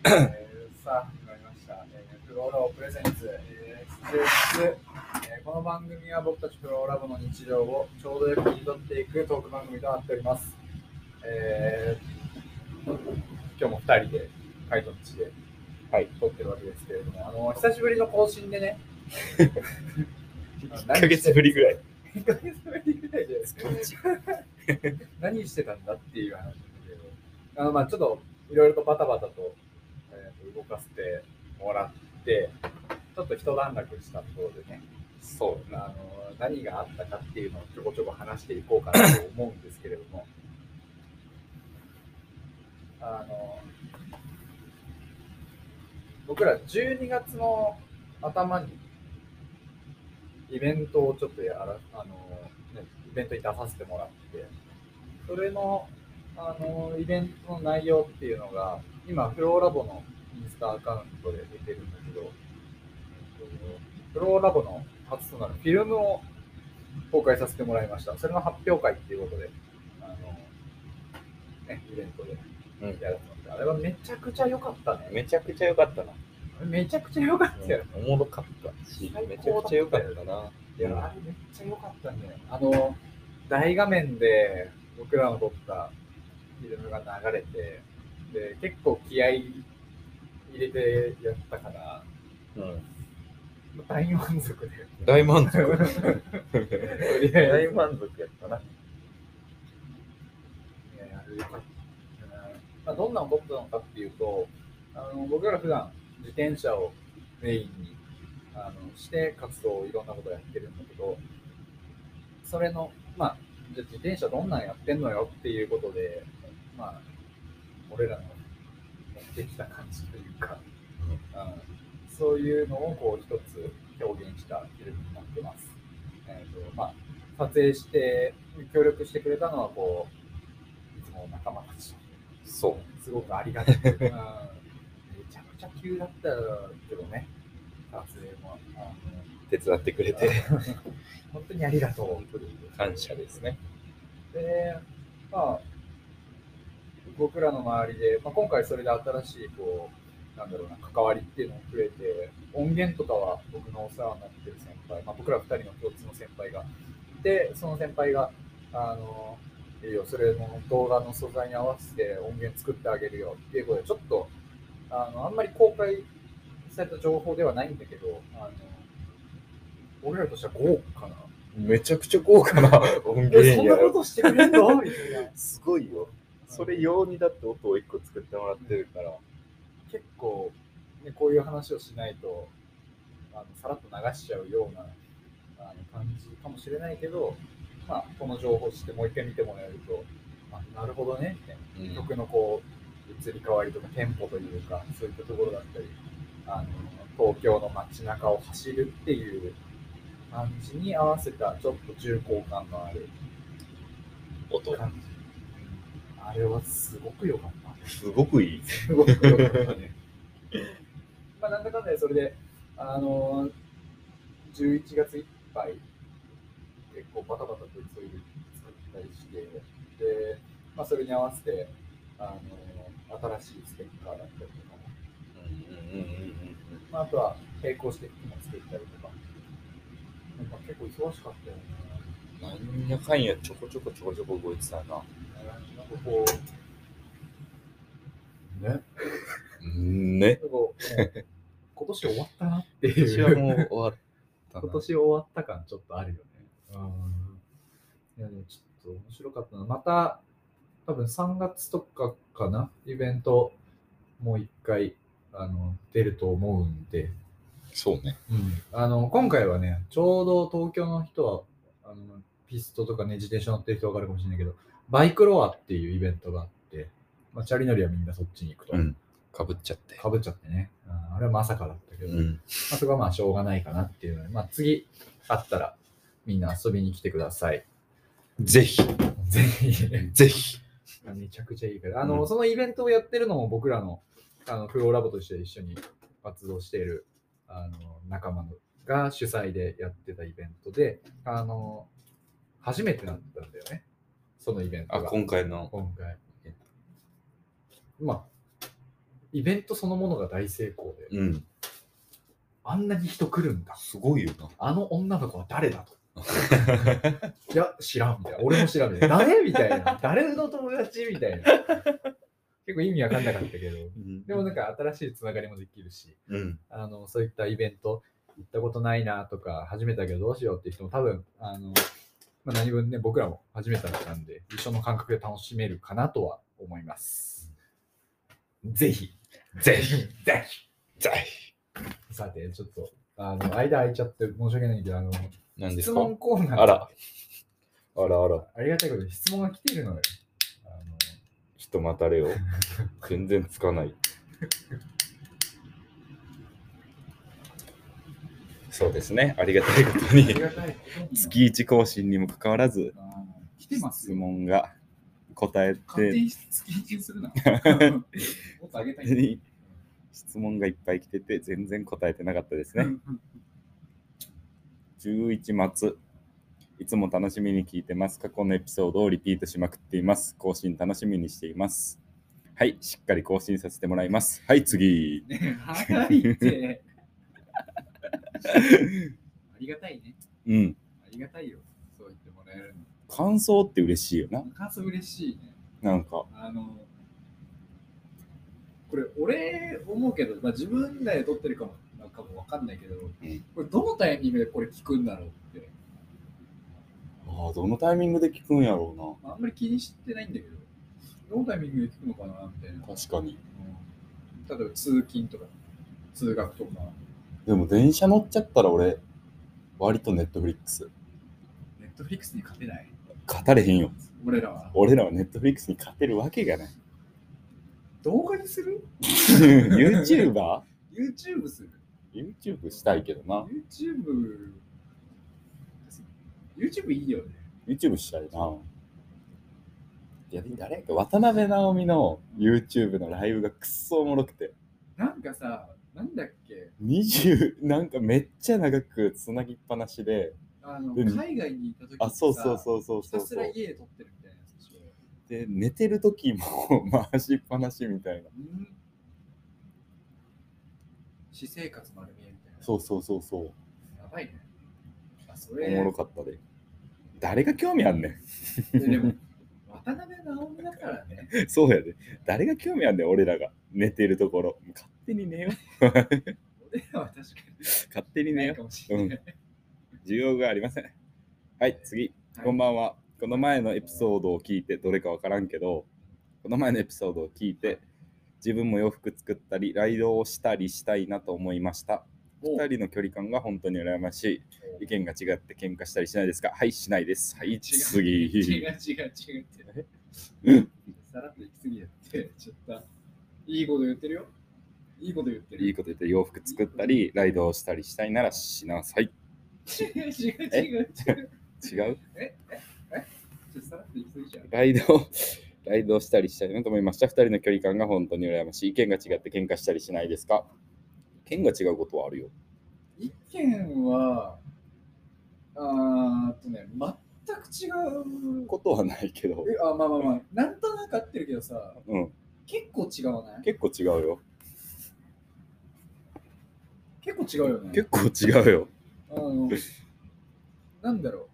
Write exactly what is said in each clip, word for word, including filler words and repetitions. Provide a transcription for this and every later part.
えー、さあ、始まりました。えー、フローラボプレゼンツ、えー、出演えー、この番組は僕たちフローラボの日常をちょうどよく切り取っていくトーク番組となっております。えー、今日もふたりで、カイトの地で、はい、撮ってるわけですけれども、あの久しぶりの更新でね、 いっかげつぶりぐらい。 いっかげつぶりぐらいで何してたんだっていう話なんだけど、あのまあちょっといろいろとバタバタと、えー、と動かせてもらって、ちょっと一段落したところでね、そうあの何があったかっていうのをちょこちょこ話していこうかなと思うんですけれども、あの僕らじゅうにがつの頭にイベントをちょっとやらあの、ね、イベントに出させてもらって、それのあのイベントの内容っていうのが今フローラボのインスタアカウントで出てるんだけど、フローラボの初となるフィルムを公開させてもらいました。それの発表会っていうことで、あの、ね、イベントでやらせてもらって、あれはめちゃくちゃ良かったね。 めちゃくちゃ良かったな。 めちゃくちゃ良かったよ。 おもろかったし、めちゃくちゃ良かったな。 いや、あれめっちゃ良かったんだよ。あの、大画面で僕らの撮ったフィルムが流れて、で、結構気合い入れてやったから、うん、大満足で。 大満足。 大満足やったな。いや、あれよかった。まあ、どんなことなのかっていうと、あの僕ら普段自転車をメインにあのして活動をいろんなことをやってるんだけど、それの、まあ、じゃあ自転車どんなんやってんのよっていうことで、まあ、俺らの持ってきた感じというか、うん、そういうのをこう一つ表現したフィルムになってます。えーとまあ、撮影して協力してくれたのはこういつも仲間たち、そうすごくありがたく、うん、めちゃくちゃ急だったけどね、撮影もあの手伝ってくれて本当にありがとう。本当に感謝ですね。 で、まあ僕らの周りで、まあ、今回それで新しいこうなんだろうな関わりっていうのも増えて、音源とかは僕のお世話になってる先輩、まあ、僕らふたりの共通の先輩がいて、その先輩があのいいよ、それの動画の素材に合わせて音源作ってあげるよっていうことで、ちょっとあのあんまり公開された情報ではないんだけど、あの俺らとしては豪華な、 めちゃくちゃ豪華な音源や。 そんなことしてくれんのみたいな。 すごいよ。それ用にだって音をいっこ作ってもらってるから、うん、 結構、ね、こういう話をしないとあのさらっと流しちゃうようなあの感じかもしれないけど、まあ、この情報を知ってもう一回見てもらえると、まあ、なるほどねみたいな、うん、曲のこう移り変わりとかテンポというか、そういったところだったり、あの東京の街中を走るっていう感じに合わせたちょっと重厚感のある音感じ。あれはすごく良かった。 すごくいい。 すごく良かったね。まあなんだかんだでそれで、あのじゅういちがついっぱい結構バタバタとそういう作ったりして、で、まあ、それに合わせてあの新しいステッカーだったりとか、うんうんうんうんまあ、あとは並行して服も作ったりとか、まあ、結構忙しかったよね。 なんやかんやちょこちょこちょこちょこ動いてたな。なんかこうねね今年終わったなっていう。 今年はもう終わったな。 今年終わった感ちょっとあるよね。うん。いやでもちょっと面白かったな。また多分さんがつとかかな、イベントもう一回あの出ると思うんで。 そうね。 うん。あの今回はね、ちょうど東京の人はあのピストとかね自転車乗ってる人わかるかもしれないけど、バイクロアっていうイベントがあって、まあ、チャリ乗りはみんなそっちに行くと。 うんかぶっちゃって。 かぶっちゃってね。あれはまさかだったけど、 うんまあ、そこはまあしょうがないかなっていうので、まあ、次あったらみんな遊びに来てください。 ぜひ。 ぜひ。 ぜひ。 めちゃくちゃいいから。あの、うん、そのイベントをやってるのも僕らの、あのフローラボとして一緒に活動しているあの仲間が主催でやってたイベントで、あの初めてだったんだよね。そのイベントが。 あ、今回の。 今回。まあ、 イベントそのものが大成功で、 うん。 あんなに人来るんだ。 すごいよな。 あの女の子は誰だと。いや、知らんみたいな。俺も知らんみたいな。誰みたいな。誰の友達みたいな。結構意味わかんなかったけど、でもなんか新しいつながりもできるし、 うん。 あのそういったイベント、行ったことないなとか、初めてだけどどうしようっていう人も多分、あのまあ、何分ね、僕らも初めてだったんで、一緒の感覚で楽しめるかなとは思います。ぜひ、ぜひ、ぜひ、ぜひ。さて、ちょっと、あの間空いちゃって申し訳ないんだけど、あの何ですか？ 質問コーナー。 あら。あらあら。 ありがたいことに質問が来てるのよ。あの人待たれよ。全然つかない。そうですね。ありがたいことに月いち更新にもかかわらず来てます質問が答えて勝手に月いちにするな。もっとあげたい。 質問がいっぱい来てて全然答えてなかったですね。じゅういちがついつも楽しみに聞いてます。過去のエピソードをリピートしまくっています。更新楽しみにしています。はい、しっかり更新させてもらいます。はい、次。 ね、はいって。ありがたいね。 うん。 ありがたいよ。そう言ってもらえるの。 感想って嬉しいよな。 感想嬉しいね。 なんか。 あの、これ、俺思うけど、まあ、自分らで撮ってるかもなんかもわかんないけど、うん、これどのタイミングでこれ聞くんだろうって。 ああ、どのタイミングで聞くんやろうな。あんまり気にしてないんだけど、どのタイミングで聞くのかなみたいな。 確かに。 うん、例えば通勤とか、通学とか。 でも電車乗っちゃったら俺、割とネットフリックス。 ネットフリックスに勝てない？ 勝たれへんよ。 俺らは。 俺らはネットフリックスに勝てるわけがない。 動画にする？ YouTuber？ YouTube する？ YouTube したいけどな。 YouTube、YouTube いいよね。 YouTube したいな。いや、誰か渡辺直美の YouTube のライブがくっそおもろくて。 なんかさ、なんだっけにじゅう、なんかめっちゃ長くつなぎっぱなしで。 あの海外にいた時にさ、 あ、そうそうそうそうそう。 ひたすら家で撮ってるみたいなやつでしょ。 で、寝てる時も回しっぱなしみたいな。うん、 私生活丸見えみたいな。 そうそうそうそう。 やばいね。あ、それおもろかったで。誰が興味あんねん。でも渡辺直美だからね。 そうやで。誰が興味あんねん、俺らが寝てるところ。勝手に寝よう。 俺らは確かに。 勝手に寝よう。 かもしれない。 うん。需要がありません。はい、次。はい、こんばんは。この前のエピソードを聞いて、どれかわからんけど、この前のエピソードを聞いて、自分も洋服作ったり、ライドをしたりしたいなと思いました。ふたりの距離感が本当に羨ましい。意見が違って喧嘩したりしないですか？はい、しないです。はい、次。 違う違う違う違う。さらっと行き過ぎやって、ちょっといいこと言ってるよ。いいこと言ってる。 いいこと言って洋服作ったり、ライドをしたりしたいならしなさい。 違う違う違う違う。 違う？ えええちょっとさらっと行き過ぎちゃう。 ライドライドをしたりしたいなと思いました。ふたりの距離感が本当に羨ましい。意見が違って喧嘩したりしないですか？意見が違うことはあるよ。 意見は、あーとね、全く違うことはないけど。 えあまあまあまあ、なんとなく合ってるけどさ、 うん、 結構違わない？ 結構違うよ。 結構違うよね。 結構違うよ。 あのなんだろ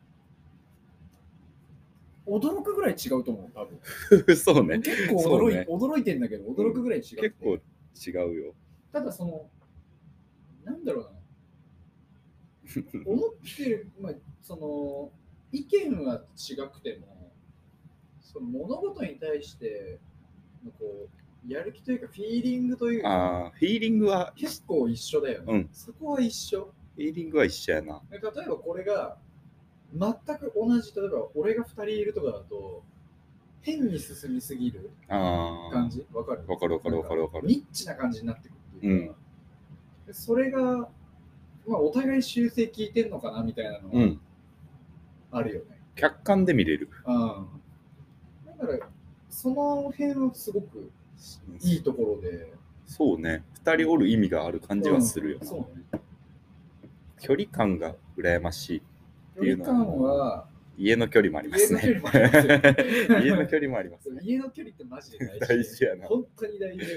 う。驚くぐらい違うと思う、多分。そうね。 結構驚い、ね、驚いてんだけど、驚くぐらい違う、 うん。結構違うよ。 ただその、なんだろうな。思ってる、まあ、その、意見は違くても、その物事に対して、こう、やる気というか、フィーリングというか、 あフィーリングは結構一緒だよね。 うん、 そこは一緒。 フィーリングは一緒やな。 例えばこれが、全く同じ、例えば俺がふたりいるとかだと、変に進みすぎる感じわかるわかるわかるわかるわかる。 ニッチな感じになってくるっていうか、うん、それが、まあ、お互い修正聞いてんのかなみたいなのはあるよね。うん、 客観で見れる。 うん、だから、その辺はすごくいいところで。 そうね。ふたりおる意味がある感じはするよな。うん、そうね。距離感が羨ましい。 距離感は家の距離もありますね。家の距離もありますね。 家の距離ってマジで大事。 大事やな。 本当に大事で。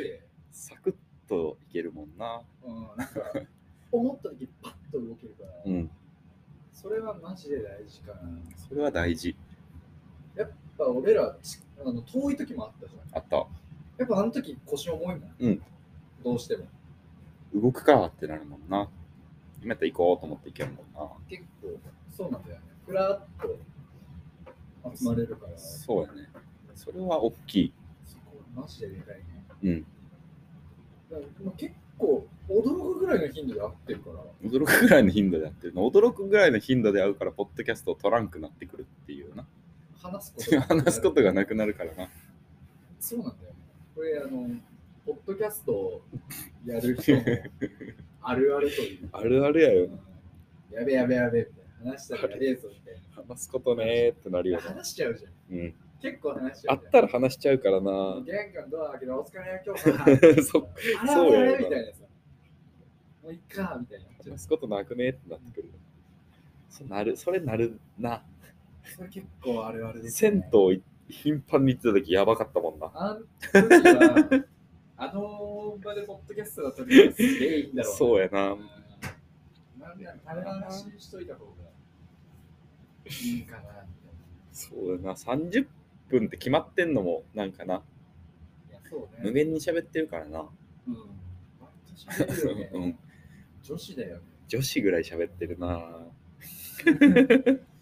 サクッといけるもんな。 うん、なんか思った時パッと動けるから、 うん。 それはマジで大事かな。 それは大事。 やっぱ俺らあの遠い時もあったじゃん。 あった。 やっぱあの時腰重いもん。 うん。 どうしても。 動くかってなるもんな。今やったら行こうと思って行けるもんな。 結構そうなんだよね。ふらっと集まれるから。 そうやね。それは大きい。 そこマジででかいね。 うん。 だから結構驚くぐらいの頻度で会ってるから。 驚くぐらいの頻度でやってるの。驚くぐらいの頻度で会うから、ポッドキャストを取らんくなってくるっていうな。 話すこと話すことがなくなるからな。 そうなんだよね。これ、あの、ポッドキャストをやる人のあるあるという。 あるあるやよ。 やべやべやべみたいな。話したらやべえぞみたいな。 話すことねーってなるよな。 話しちゃうじゃん。 うん。 結構話しちゃう。 あったら話しちゃうからな。 玄関ドア開けてお疲れ今日か。 そあれあれあれみたいなさ。もういっかみたいな。 話すことなくねってなってくる。そうなる、それなるな。 それ結構あるあるです、 ね。銭湯頻繁に行ってた時やばかったもんな。 あの時は、あの場でポッドキャストだったらすげえいいんだろうな。 そうやな。 なんであれ話しといた方がいいかなみたいな。 そうやな。さんじゅっぷんって決まってんのもなんかな。 いやそうね、 無限に喋ってるからな。 うん。喋るよね。 うん。 女子だよね。 女子ぐらい喋ってるな。 マジでそうなんだよ、ね。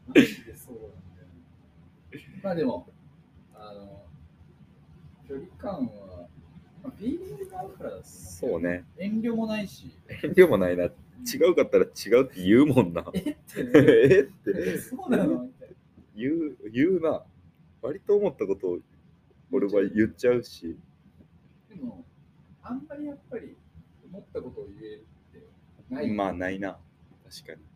まあでも、あの、距離感は、まあ、フィーリングがあるからだ、ね、 そうね。 遠慮もないし。 遠慮もないな。違うかったら違うって言うもんな。 えって、ね、 えってえそうなのみたいな。 言う、言うな。割と思ったことを俺は言っちゃうし。 でも、あんまりやっぱり思ったことを言えるってない。 まあないな。確かに。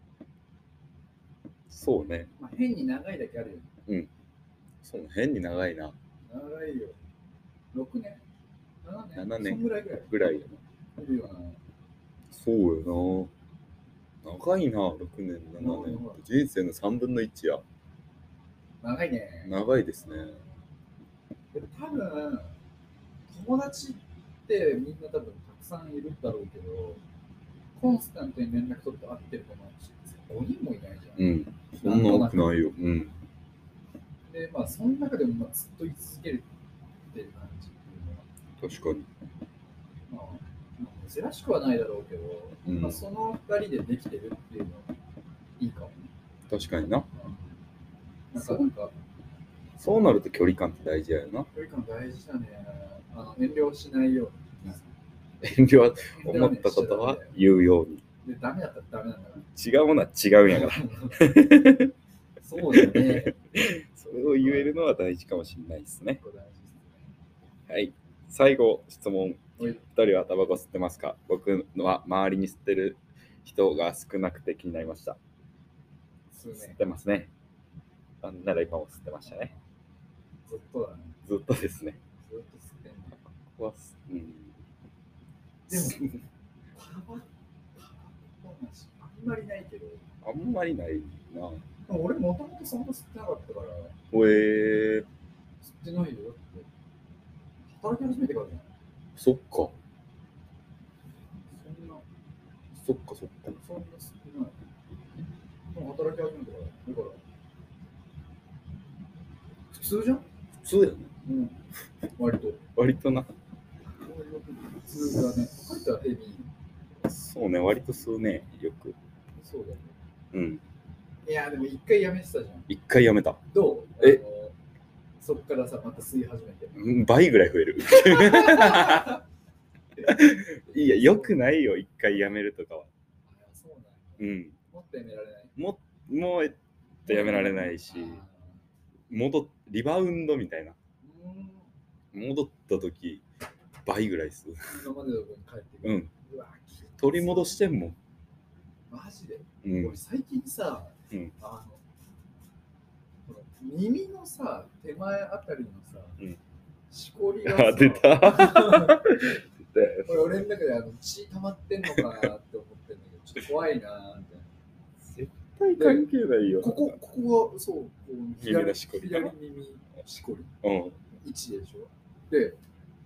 そうね。 まあ、変に長いだけあるよね。 うん。そう、変に長いな。 長いよ。ろくねん ?なな 年 ?なな 年そんぐらいぐらい。 ぐらいやな。 いるよな。 そうよな。長いな、ろくねん、ななねん。人生のさんぶんのいちや。 長いね。 長いですね。 で多分、友達ってみんな多分たくさんいるだろうけど、コンスタントに連絡取って会ってる友達ってごにんもいないじゃん。 うん。そんな多くないよ。うん。 で、まあ、その中でもまあずっと居続けるっていう感じっていうのは。 確かに。 まあ、珍しくはないだろうけど、うん、まあ、そのふたりでできてるっていうのはいいかもね。 確かにな。 うん、なかなか。 そうなると距離感って大事やよな。 距離感大事だね。あの遠慮しないように。 遠慮は思ったことは言うように。 でダメだったらダメなんだから。 違うものは違うんやから。 そうだね。 それを言えるのは大事かもしれないですね。はい。最後、質問。ふたりはタバコ吸ってますか？僕は周りに吸ってる人が少なくて気になりました。吸ってますね。なんなら今も吸ってましたね。 ずっとだね。 ずっとですね。 ずっと吸ってんね。 ここは、うん。 でも、タバコの話あんまりないけど。 あんまりないな。 俺もともとそんな吸ってなかったから。 ほえー。 吸ってないよ。だって働き始めてからじゃない。 そっか。 そんな。 そっかそっか。 そんな吸ってない。でも働き始めてから。だから。普通じゃん？ 普通やね。 うん。割と。 割とな。 普通だね。入ったらヘビー。 そうね、割と吸うね、よく。 そうだね。 うん。 いや、でも一回やめてたじゃん。 一回やめた。 どう？ えそっからさ、また吸い始めて。 倍ぐらい増える。いや、よくないよ、一回やめるとかは。 そうなんや。 うん。 もっとやめられない。ももう、えっとやめられないし、戻っ、リバウンドみたいな。戻ったとき、倍ぐらい吸う。 今までの分帰ってくる。うん。うわ、取り戻してんもん。 マジで、 うん、 俺最近さ、 うん、 あの耳のさ、手前あたりのさ、うん、しこりがさ、 あ、出た俺、俺の中であの血溜まってんのかなって思ってんだけど、ちょっと怖いなみたいな。 絶対関係ないよ。 ここ、ここが、そう、こう耳のしこり。 左耳しこり。 うん。 いちでしょ。で、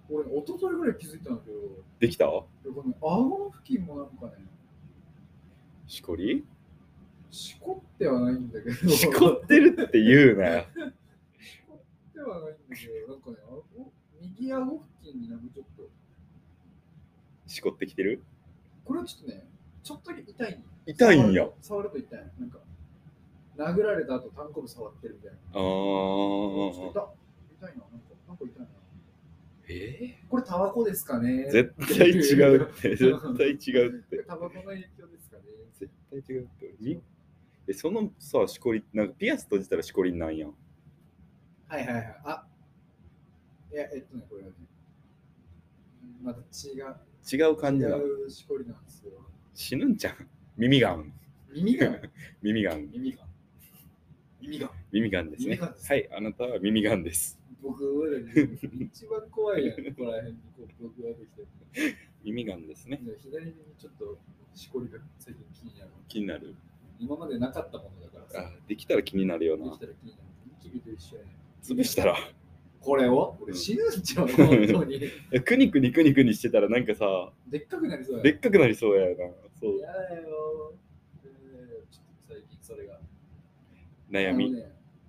俺、一昨日ぐらい気づいたんだけど、 できたこの顎の付近もなんかね、 しこりしこってはないんだけど、 しこってるって言うなよ。 しこってはないんだけど、なんかね、顎右顎付近になんかちょっと、 しこってきてるこれはちょっとね、ちょっとだけ痛いんよ。 痛いんや。 触ると触ると痛い。なんか、殴られた後、タンコブ触ってるみたいな。 あちょっー。 と痛い。痛いな。なんか、なんか痛いな。 えこれタバコですかねー、絶対違うって。絶対違うって。 タバコの影響ですかね。 絶対違うって。みえ、そのさ、しこり、なんかピアス閉じたらしこりなんやん。 はいはいはい。あ、いや、えっとね、これはね、また違う。 違う感じなの。 違うしこりなんですよ。 死ぬんちゃう耳がん。 耳が耳がん。 耳が耳が耳がんですね。 耳がんですはい、あなたは耳がんです。 僕らに一番怖いやん、ここら辺にこう僕ができてる。 耳がんですね。 左耳にちょっとしこりが最近気になる。 気になる。 今までなかったものだからさ。 あ、できたら気になるよな。 できたら気になる。ニキビと一緒やね。 潰したら。 これを俺死ぬんちゃう、本当に。 くにくにくにくにしてたらなんかさ、 でっかくなりそうやでっかくなりそうやな。そう。 やだよ、えー。ちょっと最近それが。 悩み。 ね、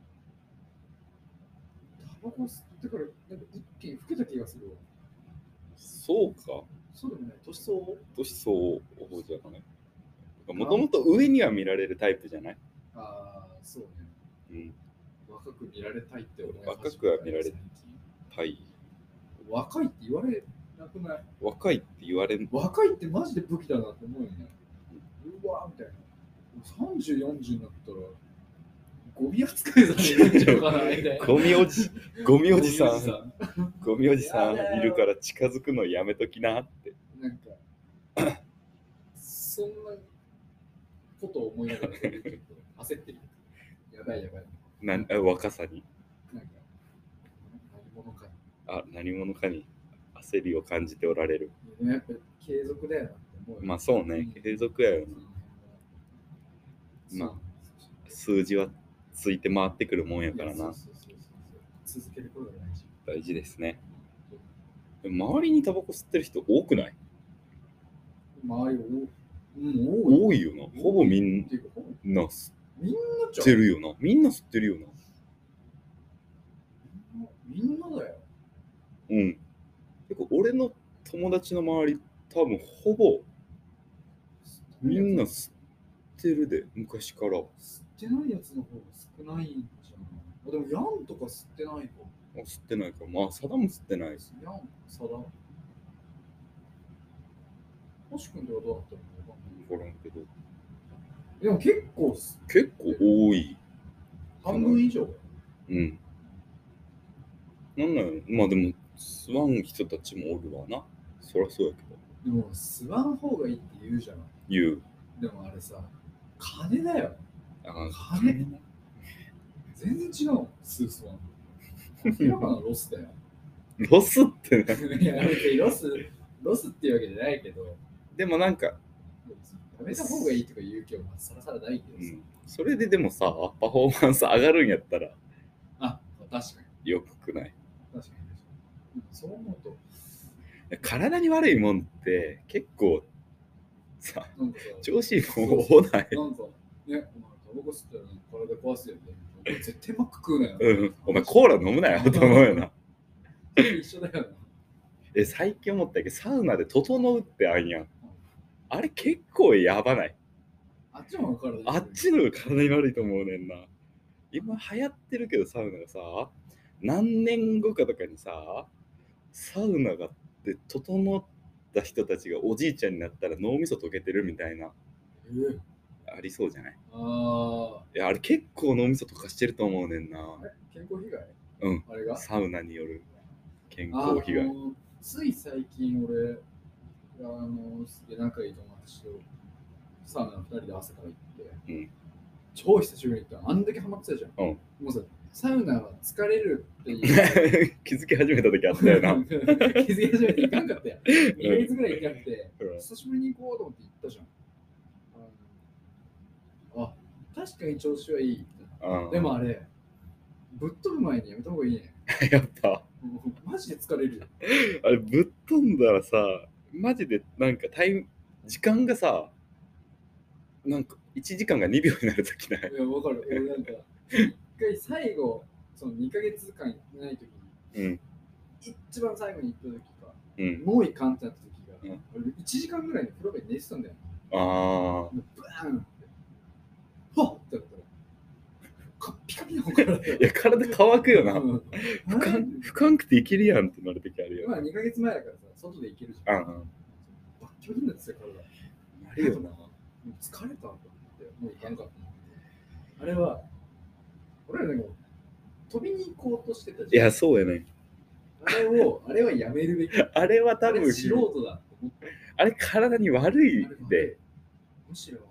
タバコ吸ってからなんか一気に老けた気がするわ。 そうか。 そうでもない、年相応年相応じゃない。もともと上には見られるタイプじゃない。 ああ、そうね。 うん。 若く見られたいって思い若くは見られたい。 若いって言われなくない？ 若いって言われん。 若いってマジで武器だなって思うよね。うわーみたいな。さんじゅう、よんじゅうになったらゴミ扱いされるんちゃうかなみたいな。 ゴミおじ、ゴミおじさゴミおじさん、ゴミおじさんいるから近づくのやめときなって。 なんか、そんなことを思いながら焦ってる。やばいやばい。 なん若さに。 なんか、何者かに。 あ、何者かに焦りを感じておられる。 やっぱ継続だよなって思う。 まあそうね、継続やよな。まあ、数字はついて回ってくるもんやからな。 続けることが大事。 大事ですね。周りにタバコ吸ってる人多くない？ 周りうん、多い。 多いよな。ほぼみんな吸ってるよな。みんな吸ってるよな。 みんなだよ。 うん。結構俺の友達の周り、多分ほぼみんな吸ってるで、昔から。 吸ってないやつの方が少ないんじゃん。でもヤンとか吸ってないか。 吸ってないか。まあ、サダも吸ってないし。 ヤン、サダ。星君とはどうだったのか分からんけど。 でも結構、 結構多い。 半分以上。 うん。なんなんやろ。まあでも、吸わん人たちもおるわな。そりゃそうやけど。 でも、吸わん方がいいって言うじゃん。 言う。 でもあれさ、金だよ。 あ金ね。全然違うもん、吸う吸わん。明らかなロスだよ。 ロスってね。 いや、別にロス、ロスっていうわけじゃないけど。 でもなんか、 やめた方がいいとか言うけど、さらさらないけどさ、 うん。それででもさ、パフォーマンス上がるんやったら、 あ、確かに。 よくない？ 確かに。そう思うと。 体に悪いもんって結構さ、 なんかさ調子いいもん多ない。 なんか、ね、お前、タバコ吸ったら体壊すよね。絶対マック食うなよ。 うん。お前コーラ飲むなよと思うよな。 一緒だよな。 え、最近思ったけど、サウナで整うってあんやん。あれ結構やばない？ あっちの方が体あっちの方が体に悪いと思うねんな。今流行ってるけどサウナがさ、何年後かとかにさ、サウナがで整った人たちがおじいちゃんになったら脳みそ溶けてるみたいな、 えー、 ありそうじゃない？ あいや、あれ結構脳みそ溶かしてると思うねんな。 健康被害？ うん。 あれがサウナによる健康被害。 つい最近俺、あのすげえ仲いい友達とサウナふたりで朝から行って、 うん、 超久しぶりに行った。あんだけハマってたじゃん。 うん、 もうさ、サウナは疲れるっていう気づき始めた時あったよな。 気づき始めて行かんかったよ。にかげつぐらい行かなくて、 うん、 久しぶりに行こうと思って行ったじゃん。あ、確かに調子はいい。でもあれ、ぶっ飛ぶ前にやめた方がいいね。 やっぱ。 うマジで疲れるよ。 あれぶっ飛んだらさ、マジでなんかタイム、時間がさ、なんかいちじかんがにびょうになるときない。 いや、わかる。俺なんか、一回最後、そのにかげつかん行ってないときに、 うん。 一番最後に行ったときか、 うん。 もういかんってなったときが、 うん俺いちじかんぐらいの風呂場に寝てたんだよ。 ああ。 もうバーンって。はっってなったら、カッピカピなのから。 いや、体乾くよな。 うんふかん、ふかんくていけるやんってなるときあるよ。 まあにかげつまえだからさ、外で行けるじゃん。 ああ。 バッキバキになってたよ、体。 なるよな。 もう疲れたと思って、もう行かんかった。あれは、俺らでも飛びに行こうとしてたじゃん。 いや、そうやね。 あれを、あれはやめるべき。 あれは多分、 あれ素人だと思って。 あれ体に悪いで。 むしろ悪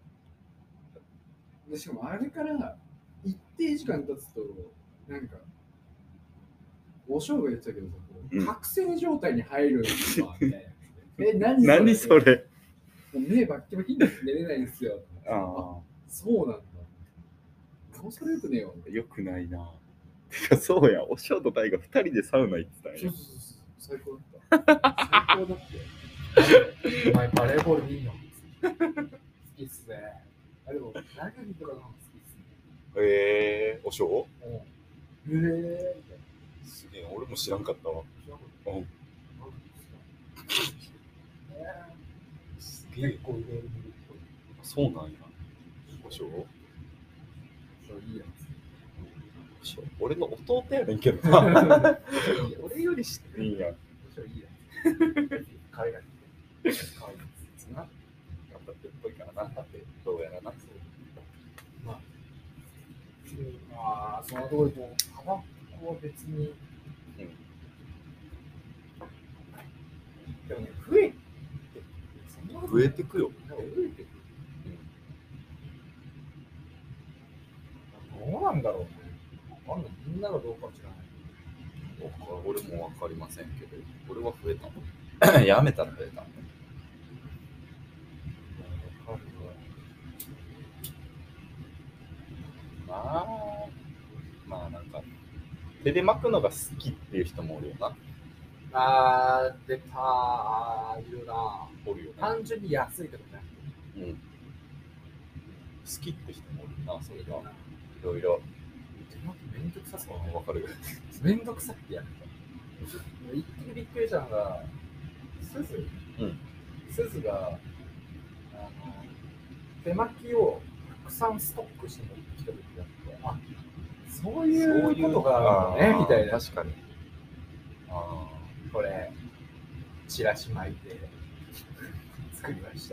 い。でしかもあれから一定時間経つと、なんか、おしょうが言ってたけどさ、 うん、 覚醒状態に入るんですかみたいな。え、何それ何それもう目バッキバキになって寝れないんですよ。 ああ。 そうなんだ。顔それよくねえよ。 よくないな。てかそうや、おしょうと大がふたりでサウナ行ってたんや。 そうそうそう、最高だった。最高だって。お前バレーボール見んの好きっすね。あ、でも、ラグビーとかの方が好きっすね。 へえー、おしょうへえー。 すげえ、俺も知らんかったわ。うん。すげえ。 結構いろいろ見るそうなんや。おしょうそういいやおしょう俺の弟やねんけどな。俺より知ってるんや。 つ。いいや海外に。可愛いですな。 頑張ってるっぽいからな。どうやらな。 まあ、まあ、その通りと、タバコは別に。 うん。 でもね、増えて増えてくよ。 増えてく。どうなんだろうね。わかんない。みんながどうか知らない。 俺もわかりませんけど、俺は増えたの。やめたら増えたの。まあ、まあなんか、手で巻くのが好きっていう人もおるよな。 あー、出たー、いるな。 おるよね。 単純に安いけどね。 うん。好きって人もおるな、それが。いろいろ。 手巻きめんどくさそう。 わかる。 めんどくさってやった。一気にびっくりしたのが、すず、 うん、 すずが、あの、手巻きをたくさんストックして持ってきた時があって、あ、そういうことがあるのね、みたいな。 確かに。あこれ、チラシ巻いて作りました。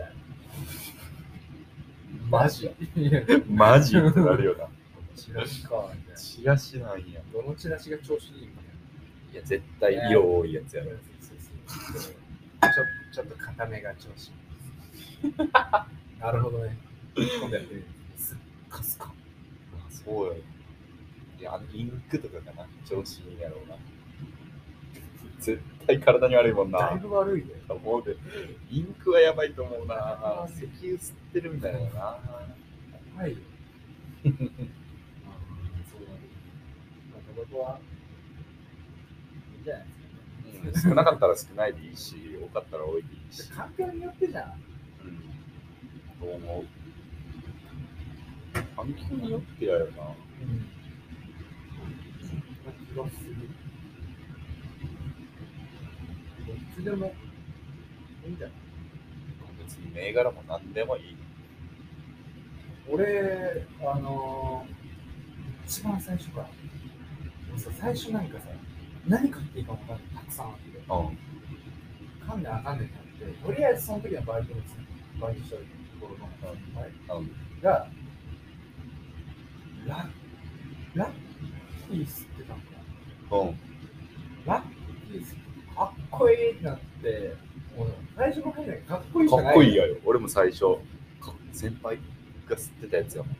マジマジってなるよな。 チラシか、みたいな。 チラシなんや。 どのチラシが調子いいみたいな。 いや、絶対色多いやつやろ。 ちょちょっと固めが調子いい。なるほどね。今度やってみる。すっかすか。 そうよ。いや、あのインクとかがな、調子いいやろうな。絶対体に悪いもんな。 だいぶ悪いね。 思うで。インクはやばいと思うな。石油吸ってるみたいなな。 はい。そうだね。タバコはいいんじゃないですかね。 少なかったら少ないでいいし、多かったら多いでいいし。 環境によってじゃん。 うん。どう思う？環境によってやよな。うん。 気がする。どっちでもいいんじゃない？ 別に銘柄も何でもいい。 俺、あのー、一番最初から、最初なんかさ、何買っていいかも分かんない。たくさんあって。 うん。 かんであかんでってなって、とりあえずその時はバイトですね。バイトしたところの、はい、が、ララッキー吸ってたのか。 うん。 ラッキー吸ってかっこいいってなって、もう最初の入りがかっこいいじゃない。 かっこいいやよ。俺も最初、先輩が吸ってたやつやも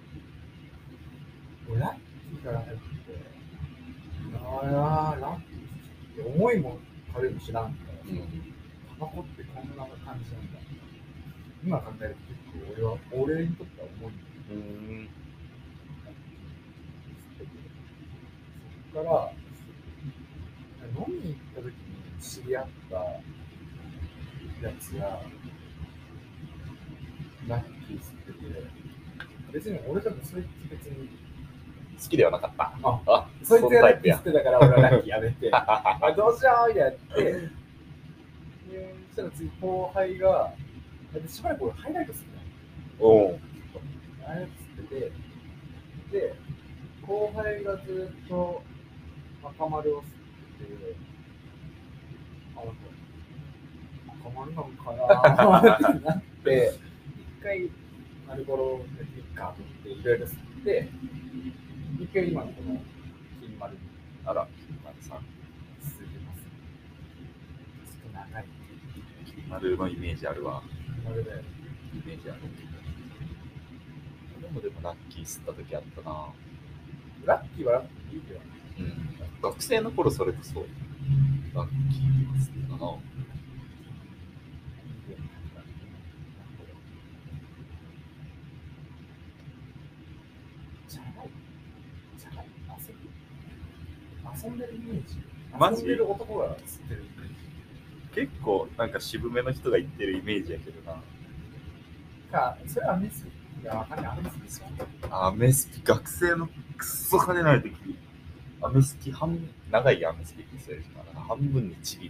ん。 ラッキーから入って、ああ、ラッキーって重いもん食べるの知らんから、うん、タバコってこんな感じなんだ。今考えると結構俺は、俺にとっては重いんだけど、うん、そっから、 飲みに行った時に知り合ったやつがラッキー吸ってて、別に俺多分そいつ別に好きではなかった。 ああ、 そいつがラッキー吸ってたから俺はラッキーやめてあどうしようみたいなやってでそしたら次後輩がしばらく俺ハイライト吸ってたおうハイライト吸っててで後輩がずっと赤丸を吸っててあなんか赤丸なのかなってなって一回アルコロでピッカーっていろいろ吸って一回今のこの金丸にあら、金丸さん。 続いてます。ちょっと長い。 金丸のイメージあるわ。 金丸だよね。 イメージある。でもでもラッキー吸った時あったな。 ラッキーはラッキーいいよね。 うん。学生の頃それこそラッキー吸ってたな。 遊んでるイメージ。 マジ遊んでる男が吸ってるイメージ。結構なんか渋めの人が言ってるイメージやけどな。 か、それはアメスピ。いや、わかんない。アメスピですよ。 アメスピ、学生のくっそ金ない時、アメスピ半、長いアメスピって言ってたから、半分にちぎって、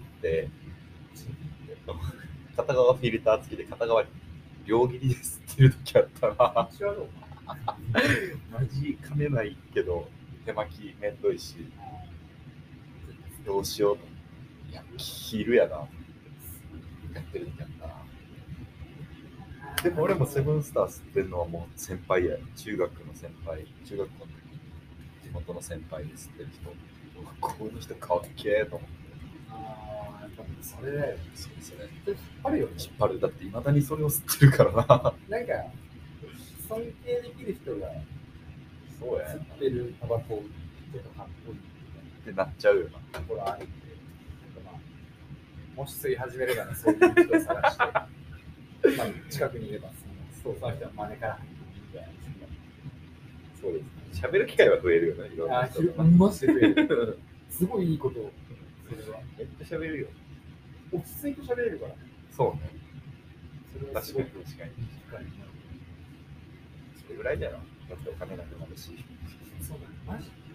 片側フィルター付きで片側両切りで吸ってる時あったな。マジ金ないけど、手巻きめんどいし、どうしようと。いや、昼やな。やってる時やったな。でも俺もセブンスター吸ってるのはもう先輩や。中学の先輩、中学校の時、地元の先輩で吸ってる人。この人かっけえと思って。 ああ、やっぱそれだよ。 そうですね。 引っ張るよね。 引っ張る。だっていまだにそれを吸ってるからな。 なんか、尊敬できる人がそうや吸ってるタバコちょっとかっこいいってなっちゃうよな。 ところあるんで、なんかまあ、もし吸い始めればね、そういう人を探して、まあ、近くにいれば、そのその人は真似から入ってみたいな。 そうですね。喋る機会は増えるよね、いろんなあ人とあ、マジで増える。すごいいいことを、それは。 めっちゃ喋るよ。 落ち着いて喋れるからね。 そうね。 それはすごい確かに確かに。 機会になる。 それぐらいだよ。だってお金なくなるし。 そうだね、マジで。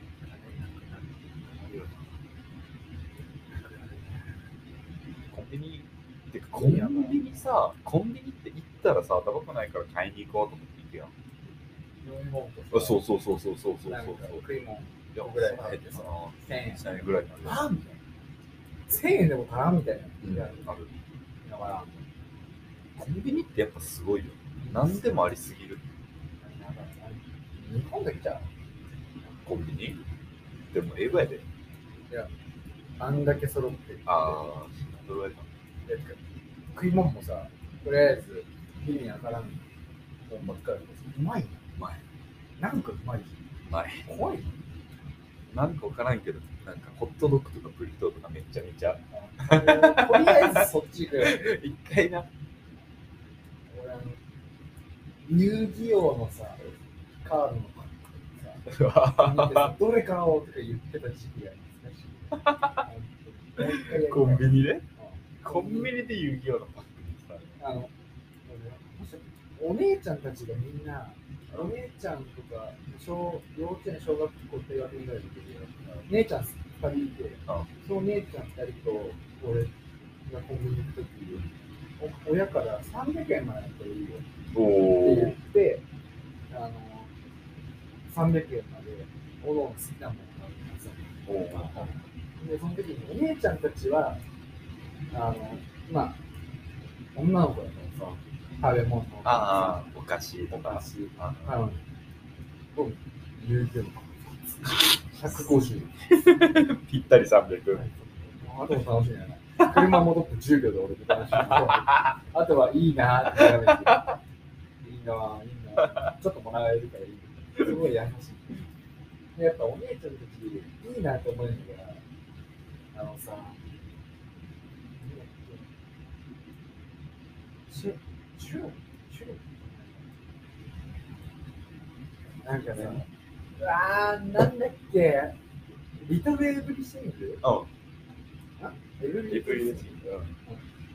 コンビニってかコンビニさ、コンビニって行ったらさ、タバコないから買いに行こうと思って行くやん。 飲み物あ、 とそうそうそうそうそうそうなんかそう。 食い物いやぐらい入ってさ、 せんえん。 せんえんぐらいになる。 あみたいな。せんえんでも足らんみたいな。 うん、 いやある。 だから、 コンビニってやっぱすごいよ。何でもありすぎる。 日本だけじゃん。 コンビニでも英語やで。 いや、あんだけ揃ってる。 ああ、それは食い物もさ、とりあえず、日々に当たらんもんばっかりうまいな。 うまい。 なんかうまい。 うまい。 怖いなんかわからんけど、なんかホットドッグとかブリトーとかめちゃめちゃ。 とりあえずそっち行くよ。 一回な。 俺あの、遊戯王のさ、カードのパックさ、見てさどれ買おうとか言ってた時期が懐かしい。 コンビニでうんコンビニで遊戯王のパックにさ。 あの、お姉ちゃんたちがみんな、お姉ちゃんとか小幼稚園、小学校低学年ぐらいの時に、姉ちゃんふたりいて、その姉ちゃんふたりと俺がコンビニ行くとき、お親からさんびゃくえんまでだったらいいよって言って、あのさんびゃくえんまでおのおの好きなものを買うんですよ。で、その時にお姉ちゃんたちは、あの、まあ、女の子だからさ、食べ物とか、 ああ、お菓子とか。 お菓子、 ああの、僕、遊戯王ひゃくごじゅう。 ぴったりさんびゃく。 あとも楽しみだな。車戻ってじゅうびょうで俺と楽しみ。あとはいいなって眺めて。いいなぁ、いいなぁ。ちょっともらえるからいい。すごい優しい。でやっぱお姉ちゃんたち、いいなって思いながら、あのさ、中中中なんかさ、うわー、なんだっけ、リトルエブリシングうん。 エブリエブリデイチキン。